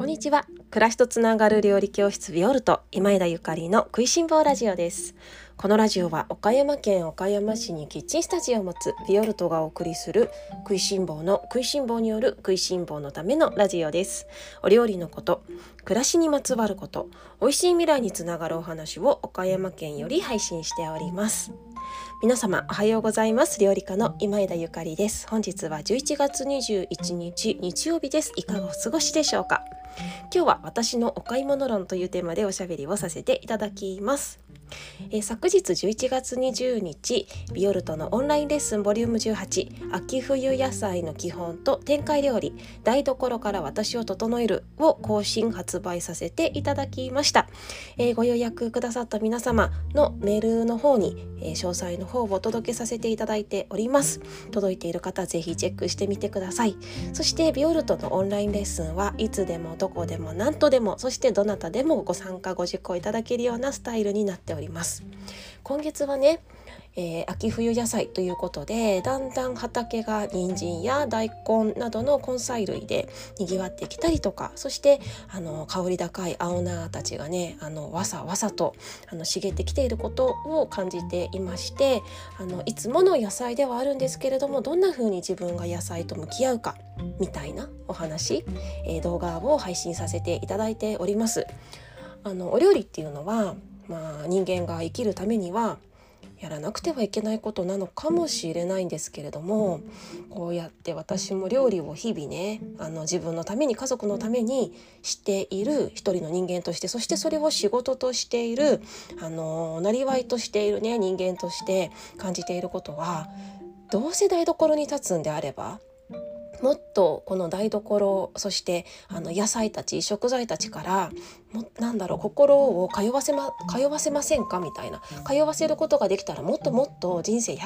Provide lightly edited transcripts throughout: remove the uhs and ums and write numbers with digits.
こんにちは。暮らしとつながる料理教室ビオルト今枝ゆかりの食いしん坊ラジオです。このラジオは岡山県岡山市にキッチンスタジオを持つビオルトがお送りする食いしん坊の食いしん坊による食いしん坊のためのラジオです。お料理のこと、暮らしにまつわること、美味しい未来につながるお話を岡山県より配信しております。皆様おはようございます。料理家の今枝ゆかりです。本日は11月21日日曜日です。いかがお過ごしでしょうか。今日は私のお買い物論というテーマでおしゃべりをさせていただきます。昨日11月20日ビオルトのオンラインレッスンボリューム18秋冬野菜の基本と展開料理台所から私を整えるを更新発売させていただきました。ご予約くださった皆様のメールの方に、詳細の方をお届けさせていただいております。届いている方ぜひチェックしてみてください。そしてビオルトのオンラインレッスンはいつでもどこでも何とでもそしてどなたでもご参加ご受講いただけるようなスタイルになっております。今月はね、秋冬野菜ということでだんだん畑が人参や大根などの根菜類でにぎわってきたりとか、そして香り高い青菜たちがねわさわさと茂ってきていることを感じていまして、いつもの野菜ではあるんですけれどもどんな風に自分が野菜と向き合うかみたいなお話、動画を配信させていただいております。お料理っていうのは人間が生きるためにはやらなくてはいけないことなのかもしれないんですけれども、こうやって私も料理を日々ね自分のために家族のためにしている一人の人間として、そしてそれを仕事としているなりわいとしているね人間として感じていることは、どうせ台所に立つんであればもっとこの台所、そして野菜たち食材たちから心を通わせませんかみたいな、通わせることができたらもっともっと人生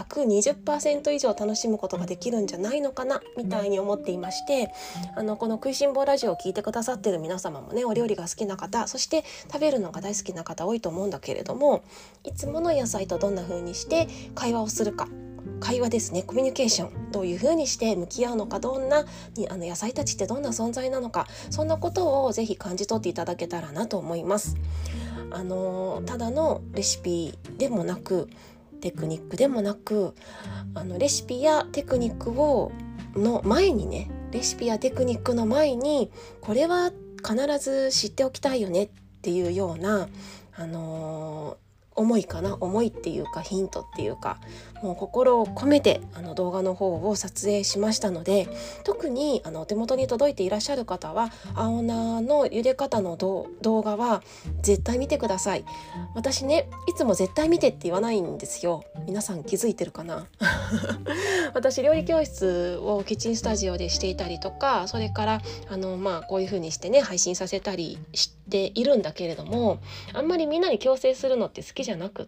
120% 以上楽しむことができるんじゃないのかなみたいに思っていまして、この食いしん坊ラジオを聞いてくださっている皆様もねお料理が好きな方、そして食べるのが大好きな方多いと思うんだけれども、いつもの野菜とどんな風にして会話をするか、会話ですね、コミュニケーションどういう風にして向き合うのか、どんな野菜たちってどんな存在なのか、そんなことをぜひ感じ取っていただけたらなと思います。ただのレシピでもなくテクニックでもなく、レシピやテクニックの前にね、レシピやテクニックの前にこれは必ず知っておきたいよねっていうような思いっていうかヒントっていうか、もう心を込めて動画の方を撮影しましたので、特にお手元に届いていらっしゃる方は青菜の茹で方の動画は絶対見てください。私ねいつも絶対見てって言わないんですよ。皆さん気づいてるかな私料理教室をキッチンスタジオでしていたりとか、それからこういう風にしてね配信させたりしているんだけれども、あんまりみんなに強制するのって好きじゃなくって、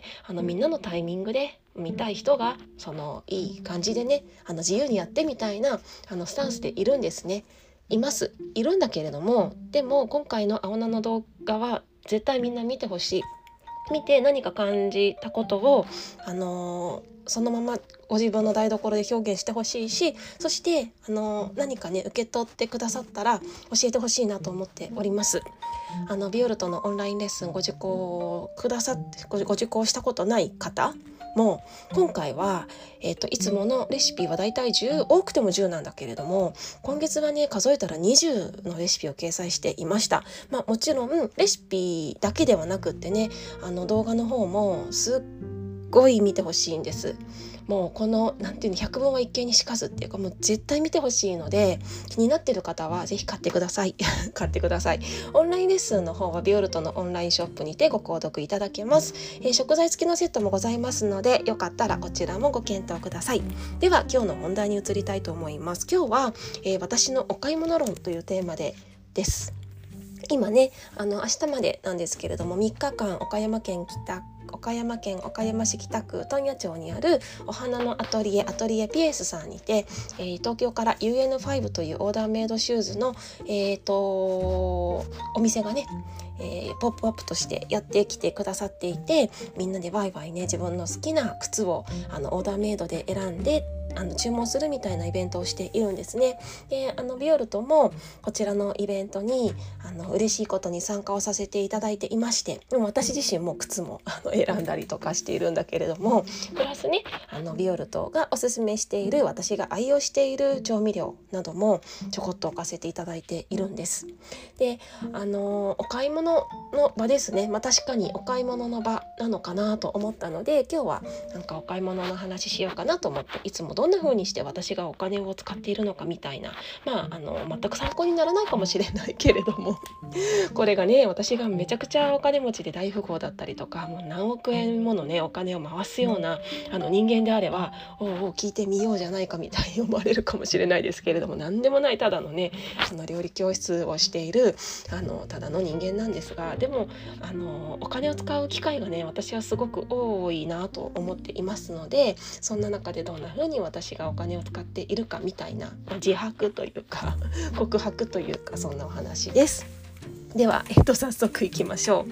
みんなのタイミングで見たい人がいい感じでね自由にやってみたいなスタンスでいるんですね。いるんだけれども、でも今回の青菜の動画は絶対みんな見てほしい。見て何か感じたことをそのままご自分の台所で表現してほしいし、そして何かね受け取ってくださったら教えてほしいなと思っております。ビオルトのオンラインレッスンご受講したことない方も今回はいつものレシピはだいたい10、多くても10なんだけれども、今月はね数えたら20のレシピを掲載していました。もちろんレシピだけではなくってね動画の方もすっごい見てほしいんです。もうこの百聞は一見にしかずっていうか、もう絶対見てほしいので、気になっている方はぜひ買ってください買ってください。オンラインレッスンの方はビオルトのオンラインショップにてご購読いただけます。食材付きのセットもございますので、よかったらこちらもご検討ください。では今日の本題に移りたいと思います。今日は、私のお買い物論というテーマです。今ね明日までなんですけれども、3日間岡山県岡山市北区問屋町にあるお花のアトリエピエースさんにて、東京から UN5 というオーダーメイドシューズの、お店がね、 ポップアップとしてやってきてくださっていて、みんなでワイワイね自分の好きな靴をオーダーメイドで選んで注文するみたいなイベントをしているんですね。でビオルトもこちらのイベントに嬉しいことに参加をさせていただいていまして、でも私自身も靴も選んだりとかしているんだけれども、プラスねビオルトがおすすめしている、私が愛用している調味料などもちょこっと置かせていただいているんです。でお買い物の場ですね、確かにお買い物の場なのかなと思ったので、今日はなんかお買い物の話しようかなと思って、いつもどんな風にして私がお金を使っているのかみたいな、全く参考にならないかもしれないけれどもこれがね、私がめちゃくちゃお金持ちで大富豪だったりとか、もう何億円ものねお金を回すような人間であれば、おう聞いてみようじゃないかみたいに思われるかもしれないですけれども、何でもないただのね料理教室をしているただの人間なんですが、でもお金を使う機会がね私はすごく多いなと思っていますので、そんな中でどんな風に私がお金を使っているかみたいな自白というか告白というか、そんなお話です。では、早速いきましょう。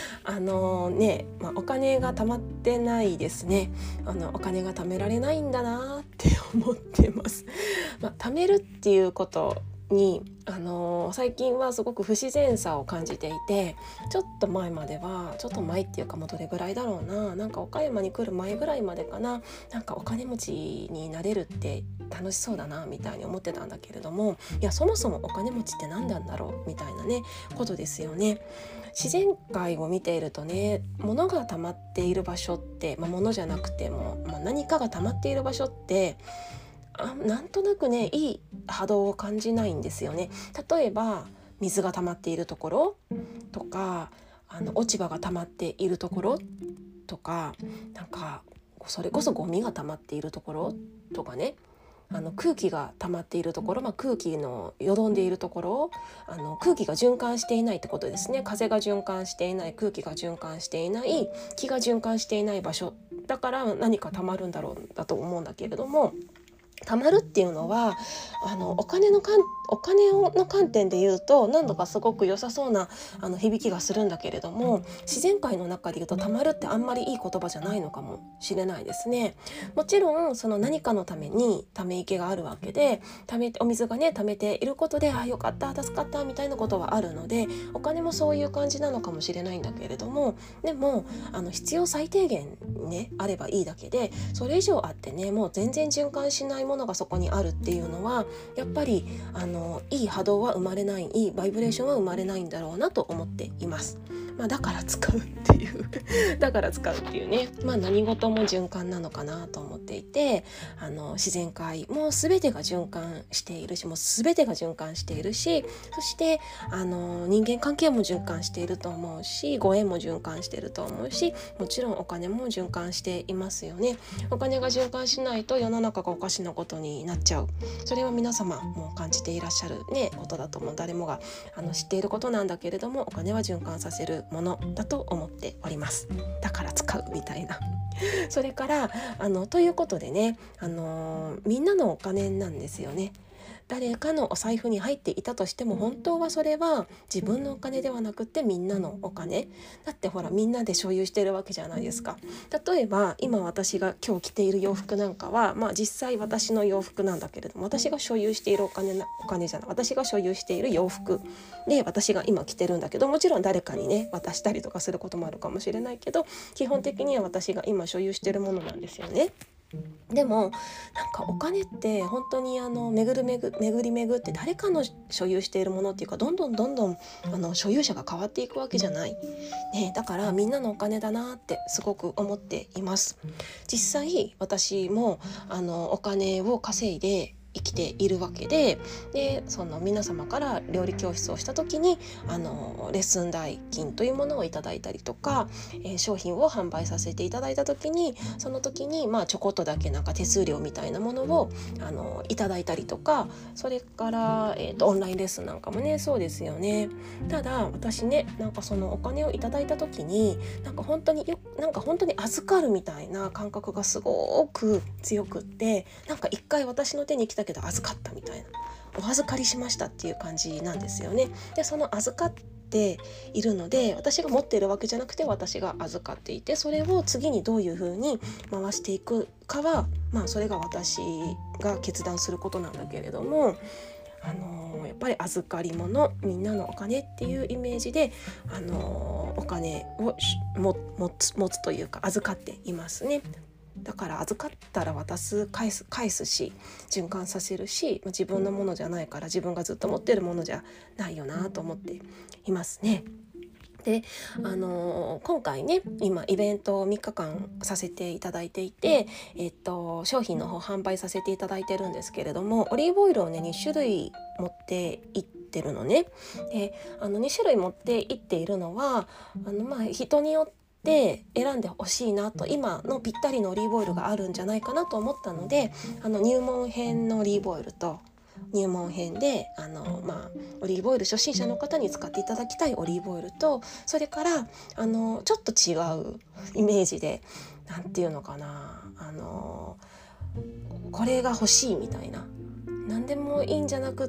お金が貯まってないですね。お金が貯められないんだなって思ってます。貯めるっていうことに最近はすごく不自然さを感じていて、ちょっと前までは、ちょっと前っていうかもうどれぐらいだろうな、なんか岡山に来る前ぐらいまでかな、なんかお金持ちになれるって楽しそうだなみたいに思ってたんだけれども、いやそもそもお金持ちって何なんだろうみたいなねことですよね。自然界を見ているとね、物が溜まっている場所って、物じゃなくても、何かが溜まっている場所ってなんとなくねいい波動を感じないんですよね。例えば水が溜まっているところとか、落ち葉が溜まっているところとか、なんかそれこそゴミが溜まっているところとかね、空気が溜まっているところ、空気のよどんでいるところ、空気が循環していないってことですね。風が循環していない、空気が循環していない、気が循環していない場所だから何か溜まるんだろうだと思うんだけれども、貯まるっていうのはお金の観点で言うとなんだかすごく良さそうな響きがするんだけれども、自然界の中で言うと貯まるってあんまりいい言葉じゃないのかもしれないですね。もちろんその何かのためにため池があるわけで、お水がね溜めていることでよかった助かったみたいなことはあるので、お金もそういう感じなのかもしれないんだけれども、でも必要最低限ねあればいいだけで、それ以上あってねもう全然循環しないものがそこにあるっていうのは、やっぱりいい波動は生まれない、いいバイブレーションは生まれないんだろうなと思っています。だから使うっていうだから使うっていうね、何事も循環なのかなと思っていて、自然界も全てが循環しているし、もう全てが循環しているし、そして人間関係も循環していると思うし、ご縁も循環していると思うし、もちろんお金も循環していますよね。お金が循環しないと世の中がおかしなことになっちゃう。それは皆様も感じていらっしゃるねことだと思う。誰もが知っていることなんだけれども、お金は循環させるものだと思っております。だから使うみたいなそれからということでね、みんなのお金なんですよね。誰かのお財布に入っていたとしても、本当はそれは自分のお金ではなくてみんなのお金だって、ほらみんなで所有しているわけじゃないですか。例えば今私が今日着ている洋服なんかは、実際私の洋服なんだけれども、私が所有しているお金じゃない、私が所有している洋服で私が今着てるんだけど、もちろん誰かにね渡したりとかすることもあるかもしれないけど、基本的には私が今所有しているものなんですよね。でもなんかお金って本当に巡り巡って誰かの所有しているものっていうか、どんどん所有者が変わっていくわけじゃない、だからみんなのお金だなってすごく思っています。実際私もお金を稼いで生きているわけで、その皆様から料理教室をした時にレッスン代金というものをいただいたりとか、商品を販売させていただいた時に、その時にちょこっとだけなんか手数料みたいなものをいただいたりとか、それから、オンラインレッスンなんかもねそうですよね。ただ私ね、なんかそのお金をいただいた時になんか本当に預かるみたいな感覚がすごく強くって、なんか一回私の手に来たけど預かったみたいな、お預かりしましたっていう感じなんですよね。でその預かっっているので、私が持っているわけじゃなくて私が預かっていて、それを次にどういうふうに回していくかは、それが私が決断することなんだけれども、やっぱり預かり物、みんなのお金っていうイメージで、お金を持つというか預かっていますね。だから預かったら返すし循環させるし、自分のものじゃないから自分がずっと持ってるものじゃないよなと思っていますね。で、今回ね、今イベントを3日間させていただいていて、商品の方販売させていただいてるんですけれども、オリーブオイルをね2種類持っていってるのね。で2種類持っていっているのは人によって選んでほしいなと、今のぴったりのオリーブオイルがあるんじゃないかなと思ったので、入門編のオリーブオイルと入門編でオリーブオイル初心者の方に使っていただきたいオリーブオイルと、それからちょっと違うイメージで、なんていうのかな、これが欲しいみたいな、何でもいいんじゃなくって、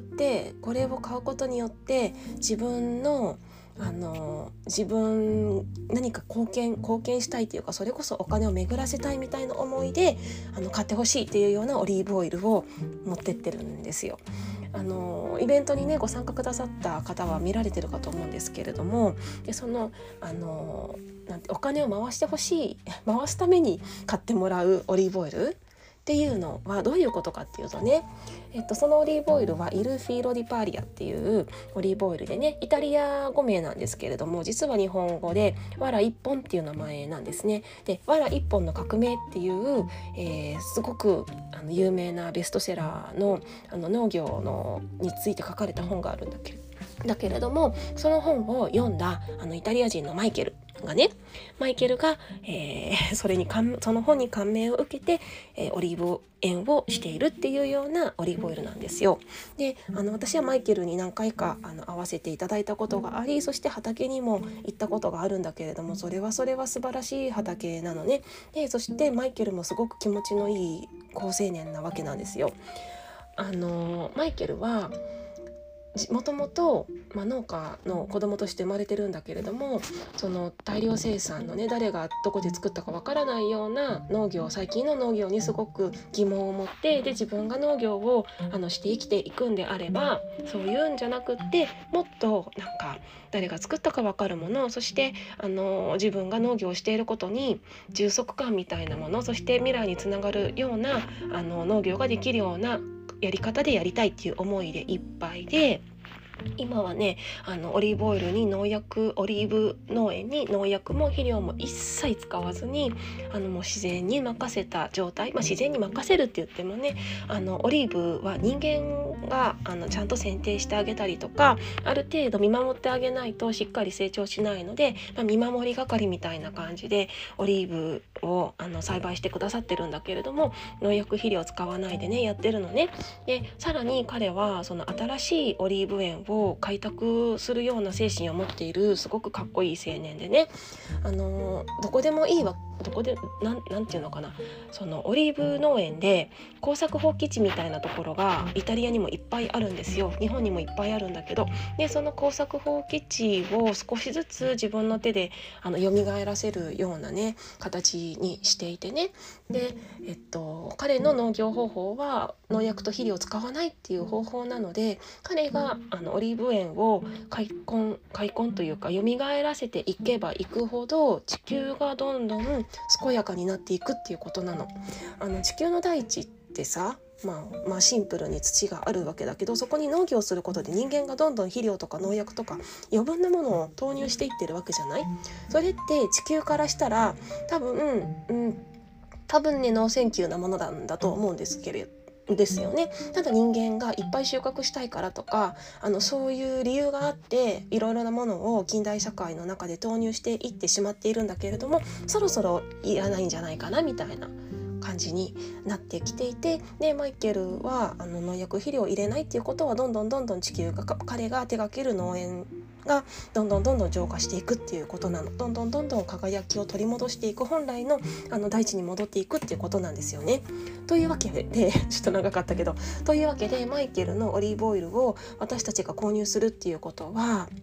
これを買うことによって自分何か貢献したいというか、それこそお金を巡らせたいみたいな思いで買ってほしいっていうようなオリーブオイルを持ってってるんですよ。イベントにねご参加くださった方は見られてるかと思うんですけれども、でお金を回してほしい、回すために買ってもらうオリーブオイルっていうのはどういうことかっていうとね、そのオリーブオイルはイルフィーロディパーリアっていうオリーブオイルでね、イタリア語名なんですけれども、実は日本語でわら一本っていう名前なんですね。で、わら一本の革命っていう、すごく有名なベストセラーの、農業について書かれた本があるんだけれども、その本を読んだイタリア人のマイケルが、その本に感銘を受けて、オリーブ園をしているっていうようなオリーブオイルなんですよ。で、私はマイケルに何回か会わせていただいたことがあり、そして畑にも行ったことがあるんだけれども、それは素晴らしい畑なのね。で、そしてマイケルもすごく気持ちのいい好青年なわけなんですよ。マイケルはもともと農家の子供として生まれてるんだけれども、その大量生産のね、誰がどこで作ったかわからないような最近の農業にすごく疑問を持って、で自分が農業をして生きていくんであれば、そういうんじゃなくって、もっと誰が作ったかわかるもの、そして自分が農業をしていることに充足感みたいなもの、そして未来につながるような農業ができるようなやり方でやりたいっていう思いでいっぱいで、今はねオリーブオイルにオリーブ農園に農薬も肥料も一切使わずにもう自然に任せた状態、自然に任せるって言ってもね、オリーブは人間がちゃんと剪定してあげたりとか、ある程度見守ってあげないとしっかり成長しないので、見守り係みたいな感じでオリーブを栽培してくださってるんだけれども、農薬肥料を使わないでねやってるのね。でさらに彼はその新しいオリーブ園を開拓するような精神を持っているすごくかっこいい青年でね、どこでもいいわ、なんていうのかな、そのオリーブ農園で耕作放棄地みたいなところがイタリアにもいっぱいあるんですよ。日本にもいっぱいあるんだけど、でその耕作放棄地を少しずつ自分の手で蘇らせるようなね形にしていてね。で、彼の農業方法は農薬と肥料を使わないっていう方法なので、彼がオリーブ園を開墾というか蘇らせていけばいくほど地球がどんどん健やかになっていくっていうことなの。地球の大地ってさ、シンプルに土があるわけだけど、そこに農業をすることで人間がどんどん肥料とか農薬とか余分なものを投入していってるわけじゃない。それって地球からしたら多分ねノーセンキューなものなんだと思うんですけれどですよね。ただ人間がいっぱい収穫したいからとかそういう理由があっていろいろなものを近代社会の中で投入していってしまっているんだけれども、そろそろいらないんじゃないかなみたいな感じになってきていて、でマイケルは農薬肥料を入れないっていうことはどんどん地球が彼が手掛ける農園がどんどん浄化していくっていうことなの。どんどん輝きを取り戻していく、本来の大地に戻っていくっていうことなんですよね。というわけでちょっと長かったけど、というわけでマイケルのオリーブオイルを私たちが購入するっていうことは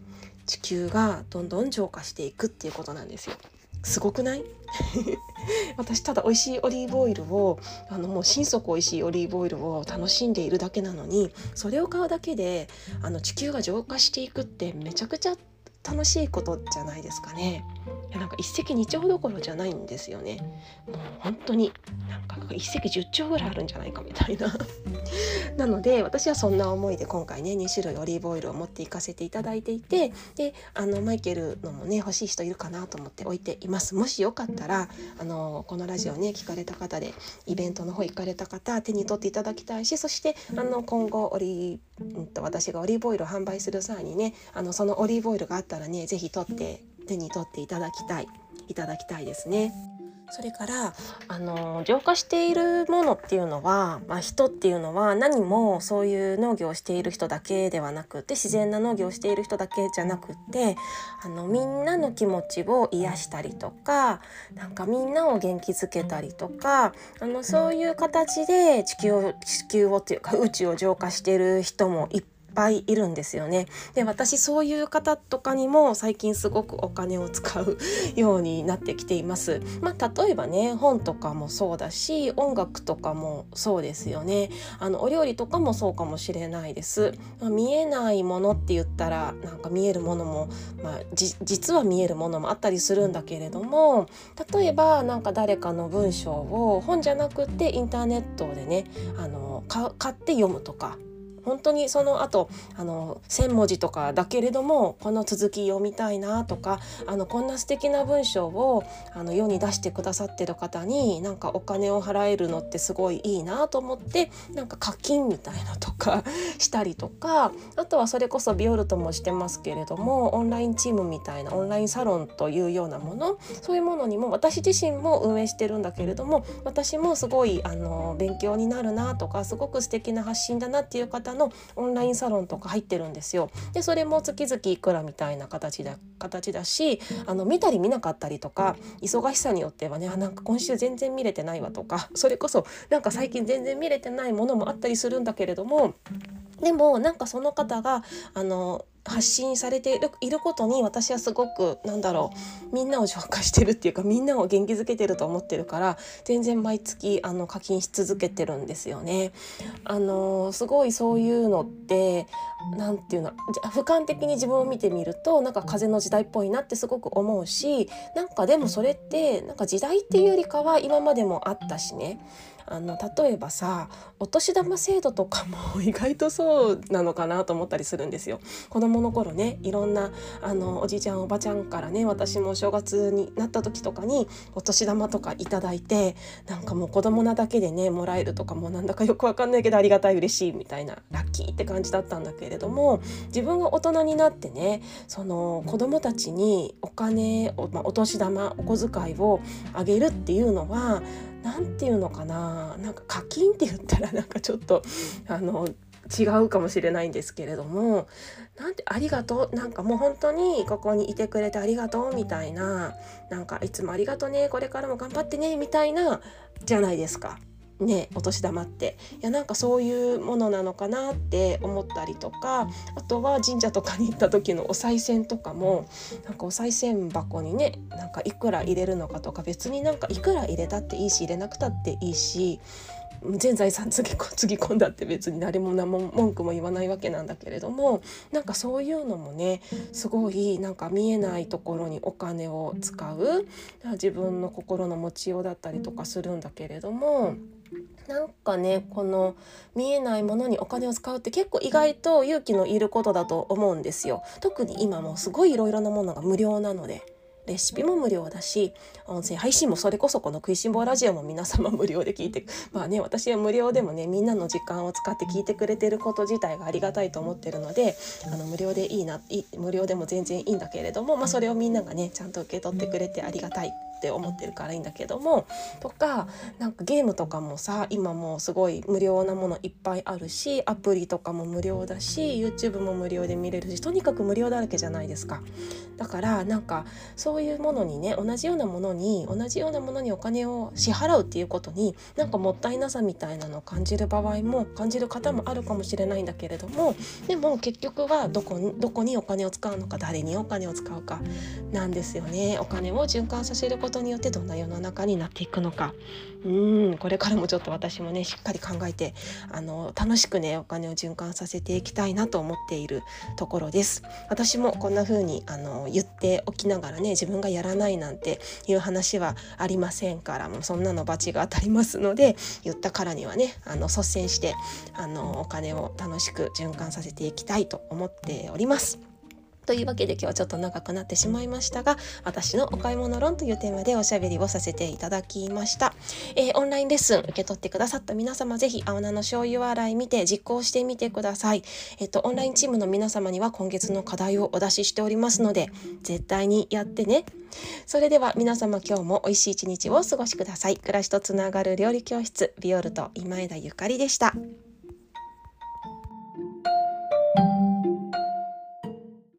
地球がどんどん浄化していくっていうことなんですよ。すごくない？私ただ美味しいオリーブオイルをもう心底美味しいオリーブオイルを楽しんでいるだけなのに、それを買うだけで地球が浄化していくってめちゃくちゃ楽しいことじゃないですかね。いやなんか一石二鳥どころじゃないんですよね。もう本当になんか一石十鳥ぐらいあるんじゃないかみたいななので私はそんな思いで今回ね2種類オリーブオイルを持っていかせていただいていて、でマイケルのもね欲しい人いるかなと思って置いています。もしよかったらこのラジオね聞かれた方でイベントの方行かれた方手に取っていただきたいし、そして今後私がオリーブオイルを販売する際にねそのオリーブオイルがあったらねぜひ手に取っていただきたいですね。それから浄化しているものっていうのは、人っていうのは何もそういう農業をしている人だけではなくて、自然な農業をしている人だけじゃなくてみんなの気持ちを癒したりとか、なんかみんなを元気づけたりとかそういう形で地球をっていうか宇宙を浄化している人もいっぱいいるんですよね。で私そういう方とかにも最近すごくお金を使うようになってきています。例えばね本とかもそうだし音楽とかもそうですよね。お料理とかもそうかもしれないです。見えないものって言ったらなんか見えるものも、実は見えるものもあったりするんだけれども、例えばなんか誰かの文章を本じゃなくてインターネットでね買って読むとか、本当にその後1,000文字とかだけれどもこの続き読みたいなとかこんな素敵な文章を世に出してくださってる方になんかお金を払えるのってすごいいいなと思ってなんか課金みたいなとかしたりとか、あとはそれこそビオルトもしてますけれどもオンラインチームみたいなオンラインサロンというようなもの、そういうものにも私自身も運営してるんだけれども、私もすごい勉強になるなとかすごく素敵な発信だなっていう方のオンラインサロンとか入ってるんですよ。でそれも月々いくらみたいな形だし見たり見なかったりとか忙しさによってはねなんか今週全然見れてないわとか、それこそなんか最近全然見れてないものもあったりするんだけれども、でもなんかその方が発信されていることに私はすごくみんなを浄化してるっていうかみんなを元気づけてると思ってるから全然毎月課金し続けてるんですよね。すごいそういうのってなんていうの俯瞰的に自分を見てみるとなんか風の時代っぽいなってすごく思うし、なんかでもそれってなんか時代っていうよりかは今までもあったしね。例えばさお年玉制度とかも意外とそうなのかなと思ったりするんですよ。子供の頃ねいろんなおじいちゃんおばちゃんからね私も正月になった時とかにお年玉とかいただいて、なんかもう子供なだけでねもらえるとかもうなんだかよくわかんないけどありがたい嬉しいみたいなラッキーって感じだったんだけれども、自分が大人になってねその子供たちにお金お年玉お小遣いをあげるっていうのはなんていうのかな、なんか課金って言ったらなんかちょっと違うかもしれないんですけれども、なんてありがとうなんかもう本当にここにいてくれてありがとうみたいな、なんかいつもありがとうねこれからも頑張ってねみたいなじゃないですかね、お年玉って。いやなんかそういうものなのかなって思ったりとか、あとは神社とかに行った時のお賽銭とかもなんかお賽銭箱にねなんかいくら入れるのかとか、別になんかいくら入れたっていいし入れなくたっていいし全財産つぎ込んだって別に誰も何も文句も言わないわけなんだけれども、なんかそういうのもねすごいなんか見えないところにお金を使う自分の心の持ちようだったりとかするんだけれども、なんかねこの見えないものにお金を使うって結構意外と勇気のいることだと思うんですよ。特に今もすごいいろいろなものが無料なので、レシピも無料だし音声配信もそれこそこの食いしん坊ラジオも皆様無料で聞いて私は無料でもねみんなの時間を使って聞いてくれてること自体がありがたいと思ってるので無料で無料でも全然いいんだけれども、それをみんながねちゃんと受け取ってくれてありがたいって思ってるからいいんだけども、とかなんかゲームとかもさ、今もうすごい無料なものいっぱいあるし、アプリとかも無料だし、 YouTube も無料で見れるし、とにかく無料だらけじゃないですか。だからなんかそういうものにね、同じようなものにお金を支払うっていうことになんかもったいなさみたいなのを感じる方もあるかもしれないんだけれども、でも結局はどこにお金を使うのか、誰にお金を使うかなんですよね。お金を循環させることによってどんな世の中になっていくのか、これからもちょっと私もねしっかり考えて楽しくねお金を循環させていきたいなと思っているところです。私もこんな風に言っておきながらね、自分がやらないなんていう話はありませんから、もうそんなの罰が当たりますので、言ったからにはね率先してお金を楽しく循環させていきたいと思っております。というわけで今日はちょっと長くなってしまいましたが、私のお買い物論というテーマでおしゃべりをさせていただきました。オンラインレッスン受け取ってくださった皆様、ぜひ青菜の醤油洗い見て実行してみてください。オンラインチームの皆様には今月の課題をお出ししておりますので、絶対にやってね。それでは皆様、今日も美味しい一日をお過ごしください。暮らしとつながる料理教室ビオルト今枝ゆかりでした。